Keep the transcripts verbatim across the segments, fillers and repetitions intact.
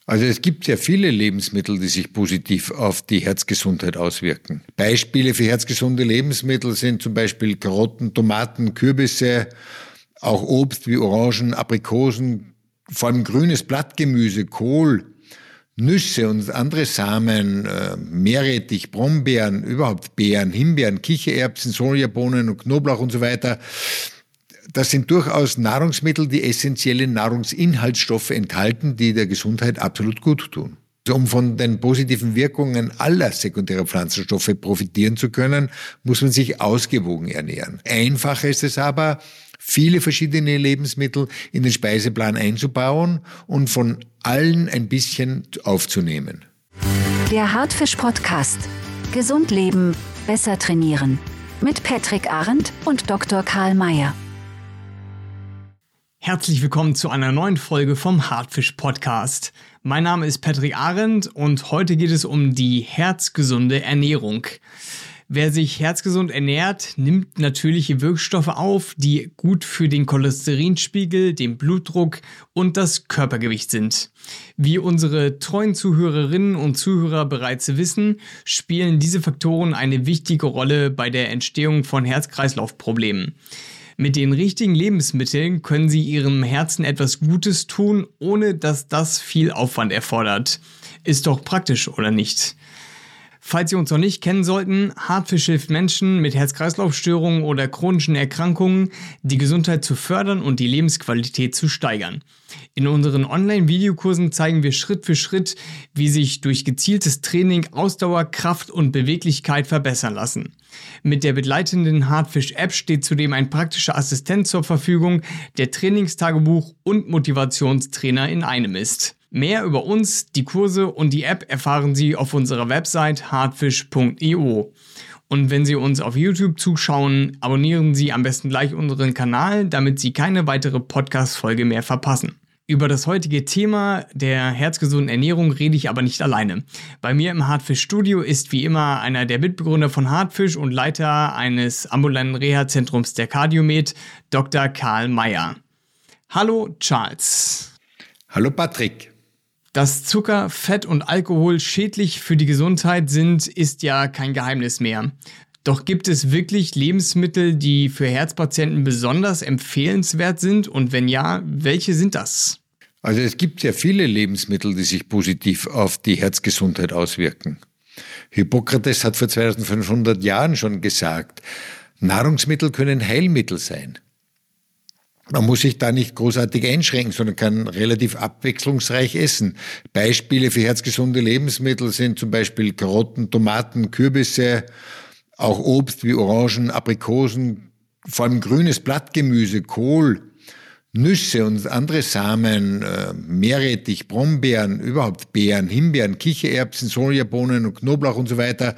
Also es gibt sehr viele Lebensmittel, die sich positiv auf die Herzgesundheit auswirken. Beispiele für herzgesunde Lebensmittel sind zum Beispiel Karotten, Tomaten, Kürbisse, auch Obst wie Orangen, Aprikosen, vor allem grünes Blattgemüse, Kohl, Nüsse und andere Samen, äh, Meerrettich, Brombeeren, überhaupt Beeren, Himbeeren, Kichererbsen, Sojabohnen und Knoblauch und so weiter. Das sind durchaus Nahrungsmittel, die essentielle Nahrungsinhaltsstoffe enthalten, die der Gesundheit absolut gut tun. Also um von den positiven Wirkungen aller sekundärer Pflanzenstoffe profitieren zu können, muss man sich ausgewogen ernähren. Einfacher ist es aber, viele verschiedene Lebensmittel in den Speiseplan einzubauen und von allen ein bisschen aufzunehmen. Der Hartfisch-Podcast. Gesund leben, besser trainieren. Mit Patrick Arndt und Doktor Karl Mayer. Herzlich willkommen zu einer neuen Folge vom Hartfisch-Podcast. Mein Name ist Patrick Arndt und heute geht es um die herzgesunde Ernährung. Wer sich herzgesund ernährt, nimmt natürliche Wirkstoffe auf, die gut für den Cholesterinspiegel, den Blutdruck und das Körpergewicht sind. Wie unsere treuen Zuhörerinnen und Zuhörer bereits wissen, spielen diese Faktoren eine wichtige Rolle bei der Entstehung von Herz-Kreislauf-Problemen. Mit den richtigen Lebensmitteln können Sie Ihrem Herzen etwas Gutes tun, ohne dass das viel Aufwand erfordert. Ist doch praktisch, oder nicht? Falls Sie uns noch nicht kennen sollten, Hartfisch hilft Menschen mit Herz-Kreislauf-Störungen oder chronischen Erkrankungen, die Gesundheit zu fördern und die Lebensqualität zu steigern. In unseren Online-Videokursen zeigen wir Schritt für Schritt, wie sich durch gezieltes Training Ausdauer, Kraft und Beweglichkeit verbessern lassen. Mit der begleitenden Hartfisch-App steht zudem ein praktischer Assistent zur Verfügung, der Trainingstagebuch und Motivationstrainer in einem ist. Mehr über uns, die Kurse und die App erfahren Sie auf unserer Website hartfisch punkt io. Und wenn Sie uns auf YouTube zuschauen, abonnieren Sie am besten gleich unseren Kanal, damit Sie keine weitere Podcast-Folge mehr verpassen. Über das heutige Thema der herzgesunden Ernährung rede ich aber nicht alleine. Bei mir im Hartfisch-Studio ist wie immer einer der Mitbegründer von Hartfisch und Leiter eines ambulanten Reha-Zentrums der Cardiomed, Doktor Karl Mayer. Hallo Charles. Hallo Patrick. Dass Zucker, Fett und Alkohol schädlich für die Gesundheit sind, ist ja kein Geheimnis mehr. Doch gibt es wirklich Lebensmittel, die für Herzpatienten besonders empfehlenswert sind? Und wenn ja, welche sind das? Also es gibt sehr viele Lebensmittel, die sich positiv auf die Herzgesundheit auswirken. Hippokrates hat vor zweitausendfünfhundert Jahren schon gesagt, Nahrungsmittel können Heilmittel sein. Man muss sich da nicht großartig einschränken, sondern kann relativ abwechslungsreich essen. Beispiele für herzgesunde Lebensmittel sind zum Beispiel Karotten, Tomaten, Kürbisse, auch Obst wie Orangen, Aprikosen, vor allem grünes Blattgemüse, Kohl, Nüsse und andere Samen, äh, Meerrettich, Brombeeren, überhaupt Beeren, Himbeeren, Kichererbsen, Sojabohnen und Knoblauch und so weiter.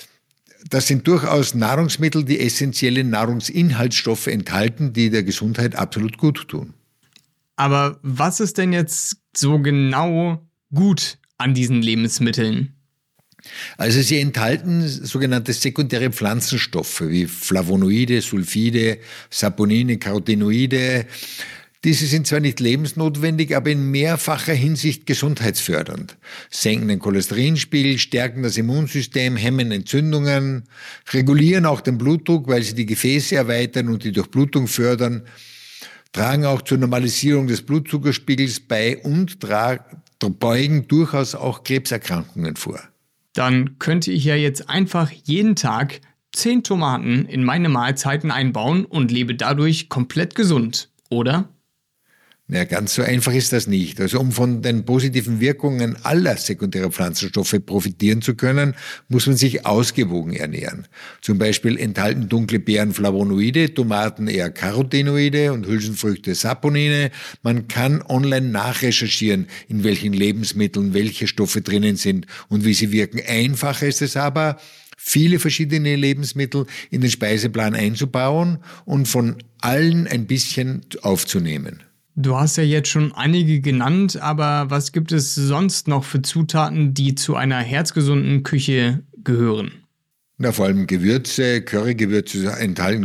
Das sind durchaus Nahrungsmittel, die essentielle Nahrungsinhaltsstoffe enthalten, die der Gesundheit absolut gut tun. Aber was ist denn jetzt so genau gut an diesen Lebensmitteln? Also sie enthalten sogenannte sekundäre Pflanzenstoffe wie Flavonoide, Sulfide, Saponine, Carotenoide. Diese sind zwar nicht lebensnotwendig, aber in mehrfacher Hinsicht gesundheitsfördernd. Senken den Cholesterinspiegel, stärken das Immunsystem, hemmen Entzündungen, regulieren auch den Blutdruck, weil sie die Gefäße erweitern und die Durchblutung fördern, tragen auch zur Normalisierung des Blutzuckerspiegels bei und tra- beugen durchaus auch Krebserkrankungen vor. Dann könnte ich ja jetzt einfach jeden Tag zehn Tomaten in meine Mahlzeiten einbauen und lebe dadurch komplett gesund, oder? Ja, ganz so einfach ist das nicht. Also um von den positiven Wirkungen aller sekundärer Pflanzenstoffe profitieren zu können, muss man sich ausgewogen ernähren. Zum Beispiel enthalten dunkle Beeren Flavonoide, Tomaten eher Carotenoide und Hülsenfrüchte Saponine. Man kann online nachrecherchieren, in welchen Lebensmitteln welche Stoffe drinnen sind und wie sie wirken. Einfacher ist es aber, viele verschiedene Lebensmittel in den Speiseplan einzubauen und von allen ein bisschen aufzunehmen. Du hast ja jetzt schon einige genannt, aber was gibt es sonst noch für Zutaten, die zu einer herzgesunden Küche gehören? Na, vor allem Gewürze, Currygewürze enthalten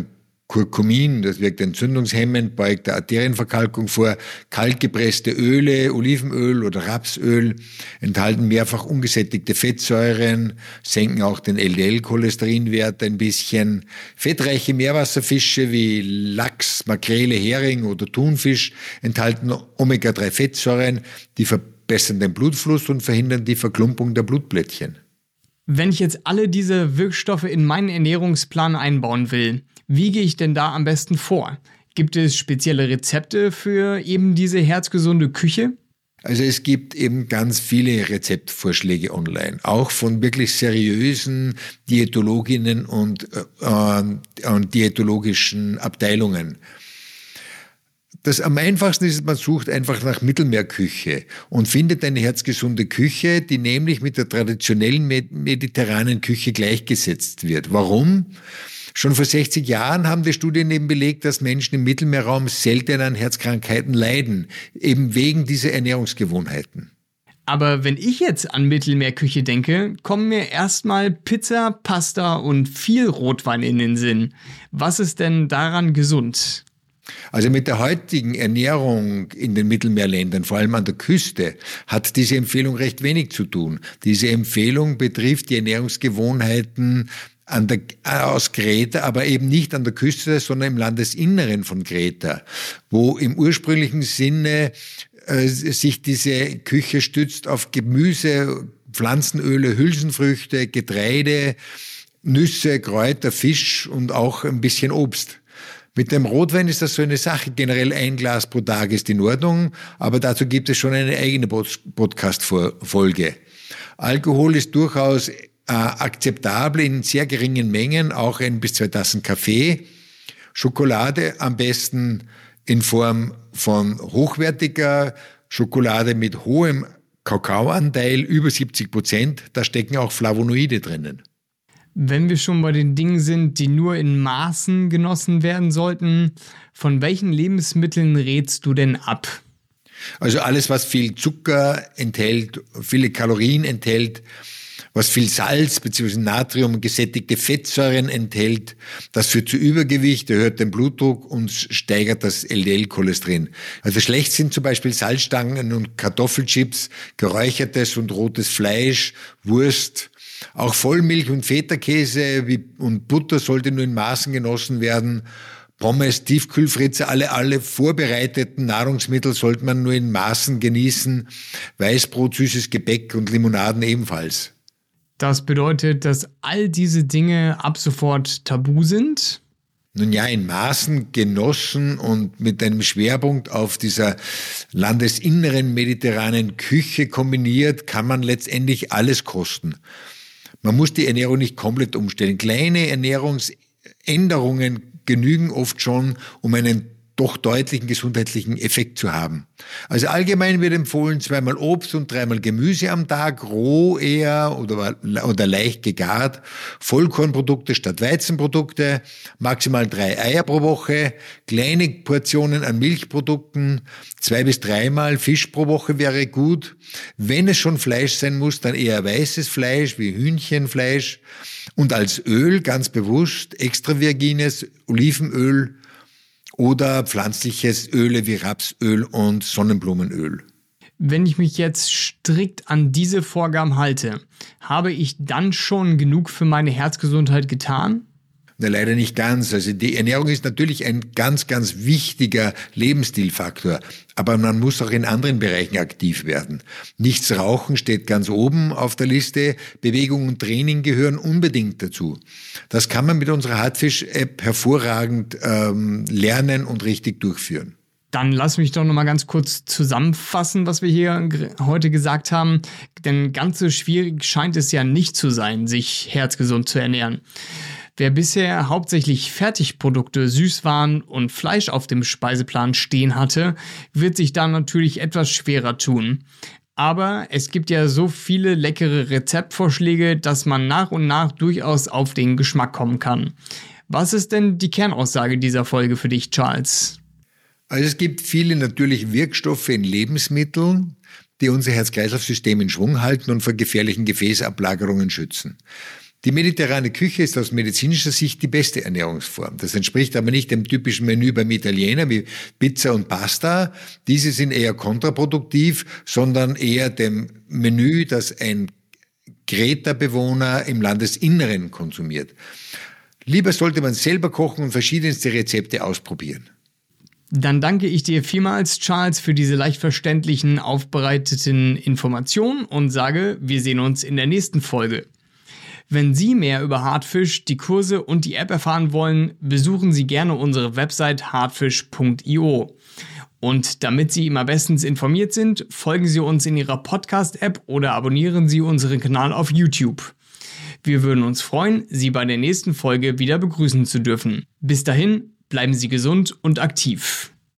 Curcumin, das wirkt entzündungshemmend, beugt der Arterienverkalkung vor. Kaltgepresste Öle, Olivenöl oder Rapsöl enthalten mehrfach ungesättigte Fettsäuren, senken auch den L D L-Cholesterinwert ein bisschen. Fettreiche Meerwasserfische wie Lachs, Makrele, Hering oder Thunfisch enthalten Omega drei Fettsäuren, die verbessern den Blutfluss und verhindern die Verklumpung der Blutplättchen. Wenn ich jetzt alle diese Wirkstoffe in meinen Ernährungsplan einbauen will, wie gehe ich denn da am besten vor? Gibt es spezielle Rezepte für eben diese herzgesunde Küche? Also es gibt eben ganz viele Rezeptvorschläge online, auch von wirklich seriösen Diätologinnen und, äh, und diätologischen Abteilungen. Das am einfachsten ist, man sucht einfach nach Mittelmeerküche und findet eine herzgesunde Küche, die nämlich mit der traditionellen mediterranen Küche gleichgesetzt wird. Warum? Schon vor sechzig Jahren haben die Studien eben belegt, dass Menschen im Mittelmeerraum selten an Herzkrankheiten leiden, eben wegen dieser Ernährungsgewohnheiten. Aber wenn ich jetzt an Mittelmeerküche denke, kommen mir erstmal Pizza, Pasta und viel Rotwein in den Sinn. Was ist denn daran gesund? Also mit der heutigen Ernährung in den Mittelmeerländern, vor allem an der Küste, hat diese Empfehlung recht wenig zu tun. Diese Empfehlung betrifft die Ernährungsgewohnheiten an der, aus Kreta, aber eben nicht an der Küste, sondern im Landesinneren von Kreta, wo im ursprünglichen Sinne äh, sich diese Küche stützt auf Gemüse, Pflanzenöle, Hülsenfrüchte, Getreide, Nüsse, Kräuter, Fisch und auch ein bisschen Obst. Mit dem Rotwein ist das so eine Sache. Generell ein Glas pro Tag ist in Ordnung, aber dazu gibt es schon eine eigene Podcast-Folge. Alkohol ist durchaus äh, akzeptabel in sehr geringen Mengen, auch ein bis zwei Tassen Kaffee. Schokolade am besten in Form von hochwertiger Schokolade mit hohem Kakaoanteil, über siebzig Prozent. Da stecken auch Flavonoide drinnen. Wenn wir schon bei den Dingen sind, die nur in Maßen genossen werden sollten, von welchen Lebensmitteln rätst du denn ab? Also alles, was viel Zucker enthält, viele Kalorien enthält, was viel Salz bzw. Natrium, gesättigte Fettsäuren enthält, das führt zu Übergewicht, erhöht den Blutdruck und steigert das L D L-Cholesterin. Also schlecht sind zum Beispiel Salzstangen und Kartoffelchips, geräuchertes und rotes Fleisch, Wurst. Auch Vollmilch und Feta-Käse und Butter sollte nur in Maßen genossen werden. Pommes, Tiefkühlfritze, alle, alle vorbereiteten Nahrungsmittel sollte man nur in Maßen genießen. Weißbrot, süßes Gebäck und Limonaden ebenfalls. Das bedeutet, dass all diese Dinge ab sofort tabu sind? Nun ja, in Maßen genossen und mit einem Schwerpunkt auf dieser landesinneren mediterranen Küche kombiniert, kann man letztendlich alles kosten. Man muss die Ernährung nicht komplett umstellen. Kleine Ernährungsänderungen genügen oft schon, um einen doch deutlichen gesundheitlichen Effekt zu haben. Also allgemein wird empfohlen, zweimal Obst und dreimal Gemüse am Tag, roh eher oder, oder leicht gegart, Vollkornprodukte statt Weizenprodukte, maximal drei Eier pro Woche, kleine Portionen an Milchprodukten, zwei bis dreimal Fisch pro Woche wäre gut. Wenn es schon Fleisch sein muss, dann eher weißes Fleisch wie Hühnchenfleisch und als Öl ganz bewusst extra virgines Olivenöl oder pflanzliches Öle wie Rapsöl und Sonnenblumenöl. Wenn ich mich jetzt strikt an diese Vorgaben halte, habe ich dann schon genug für meine Herzgesundheit getan? Na, leider nicht ganz. Also die Ernährung ist natürlich ein ganz, ganz wichtiger Lebensstilfaktor. Aber man muss auch in anderen Bereichen aktiv werden. Nichts rauchen steht ganz oben auf der Liste. Bewegung und Training gehören unbedingt dazu. Das kann man mit unserer Hartfisch-App hervorragend ähm, lernen und richtig durchführen. Dann lass mich doch noch mal ganz kurz zusammenfassen, was wir hier heute gesagt haben. Denn ganz so schwierig scheint es ja nicht zu sein, sich herzgesund zu ernähren. Wer bisher hauptsächlich Fertigprodukte, Süßwaren und Fleisch auf dem Speiseplan stehen hatte, wird sich da natürlich etwas schwerer tun. Aber es gibt ja so viele leckere Rezeptvorschläge, dass man nach und nach durchaus auf den Geschmack kommen kann. Was ist denn die Kernaussage dieser Folge für dich, Charles? Also es gibt viele natürliche Wirkstoffe in Lebensmitteln, die unser Herz-Kreislauf-System in Schwung halten und vor gefährlichen Gefäßablagerungen schützen. Die mediterrane Küche ist aus medizinischer Sicht die beste Ernährungsform. Das entspricht aber nicht dem typischen Menü beim Italiener wie Pizza und Pasta. Diese sind eher kontraproduktiv, sondern eher dem Menü, das ein Kreta-Bewohner im Landesinneren konsumiert. Lieber sollte man selber kochen und verschiedenste Rezepte ausprobieren. Dann danke ich dir vielmals, Charles, für diese leicht verständlichen, aufbereiteten Informationen und sage, wir sehen uns in der nächsten Folge. Wenn Sie mehr über Hartfisch, die Kurse und die App erfahren wollen, besuchen Sie gerne unsere Website hartfisch punkt io. Und damit Sie immer bestens informiert sind, folgen Sie uns in Ihrer Podcast-App oder abonnieren Sie unseren Kanal auf YouTube. Wir würden uns freuen, Sie bei der nächsten Folge wieder begrüßen zu dürfen. Bis dahin, bleiben Sie gesund und aktiv.